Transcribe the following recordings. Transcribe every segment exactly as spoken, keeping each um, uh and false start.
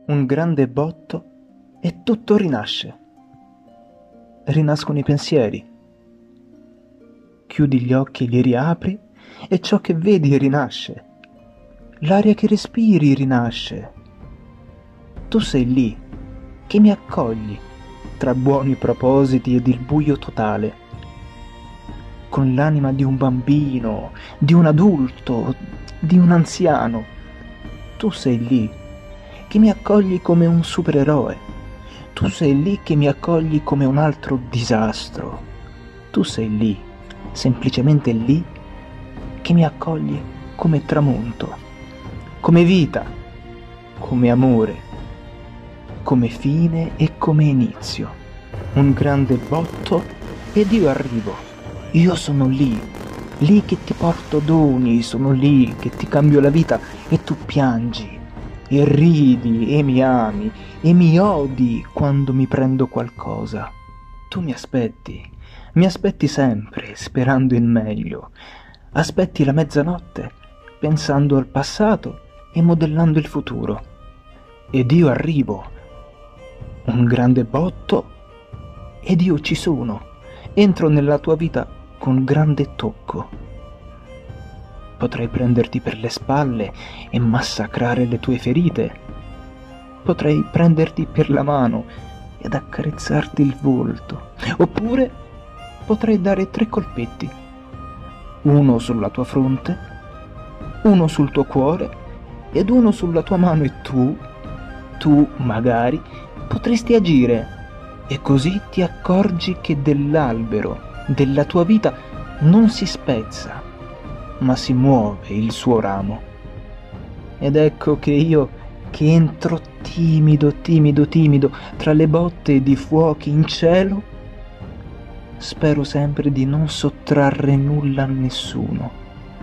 un grande botto e tutto rinasce. Rinascono i pensieri. Chiudi gli occhi e li riapri e ciò che vedi rinasce. L'aria che respiri rinasce. Tu sei lì, che mi accogli tra buoni propositi ed il buio totale, con l'anima di un bambino, di un adulto, di un anziano. Tu sei lì, che mi accogli come un supereroe. Tu sei lì che mi accogli come un altro disastro. Tu sei lì, semplicemente lì, che mi accogli come tramonto, come vita, come amore, come fine e come inizio. Un grande botto ed io arrivo. Io sono lì, lì che ti porto doni, sono lì che ti cambio la vita e tu piangi e ridi e mi ami e mi odi quando mi prendo qualcosa. Tu mi aspetti, mi aspetti sempre sperando in meglio. Aspetti la mezzanotte pensando al passato e modellando il futuro. Ed io arrivo. Un grande botto ed io ci sono. Entro nella tua vita con grande tocco. Potrei prenderti per le spalle e massacrare le tue ferite. Potrei prenderti per la mano ed accarezzarti il volto. Oppure potrei dare tre colpetti. Uno sulla tua fronte, uno sul tuo cuore ed uno sulla tua mano e tu, tu magari, potresti agire e così ti accorgi che dell'albero della tua vita non si spezza, ma si muove il suo ramo. Ed ecco che io, che entro timido, timido, timido, tra le botte di fuochi in cielo, spero sempre di non sottrarre nulla a nessuno,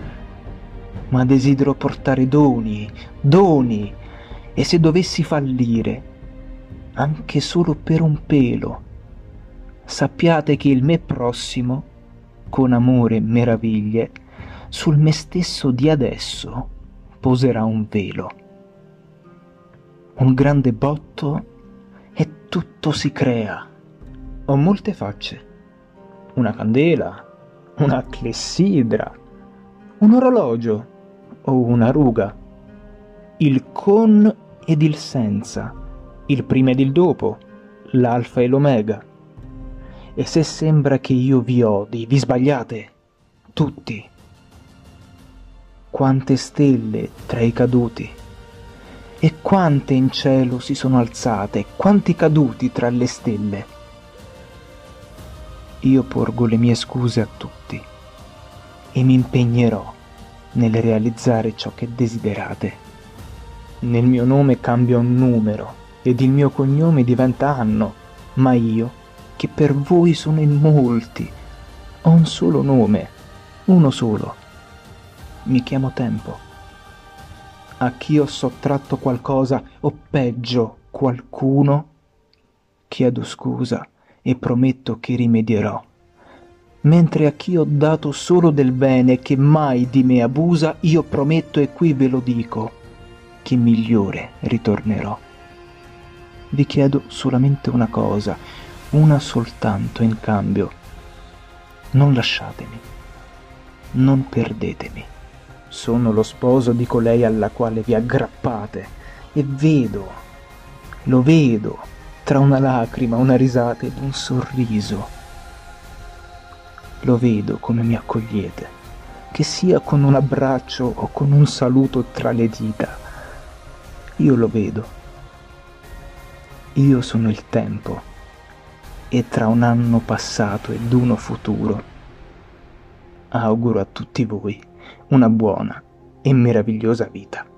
ma desidero portare doni, doni, e se dovessi fallire, anche solo per un pelo, sappiate che il me prossimo, con amore e meraviglie, sul me stesso di adesso poserà un velo. Un grande botto e tutto si crea. Ho molte facce. Una candela, una clessidra, un orologio o una ruga, il con ed il senza, il prima ed il dopo, l'alfa e l'omega. E se sembra che io vi odi, vi sbagliate, tutti. Quante stelle tra i caduti, e quante in cielo si sono alzate, quanti caduti tra le stelle. Io porgo le mie scuse a tutti e mi impegnerò nel realizzare ciò che desiderate. Nel mio nome cambia un numero ed il mio cognome diventa anno, ma io, che per voi sono in molti, ho un solo nome, uno solo. Mi chiamo tempo. A chi ho sottratto qualcosa o peggio qualcuno, chiedo scusa e prometto che rimedierò, mentre a chi ho dato solo del bene che mai di me abusa, io prometto e qui ve lo dico, che migliore ritornerò. Vi chiedo solamente una cosa, una soltanto in cambio. Non lasciatemi, non perdetemi. Sono lo sposo di colei alla quale vi aggrappate e vedo, lo vedo, tra una lacrima, una risata ed un sorriso. Lo vedo come mi accogliete, che sia con un abbraccio o con un saluto tra le dita. Io lo vedo. Io sono il tempo e tra un anno passato ed uno futuro auguro a tutti voi una buona e meravigliosa vita.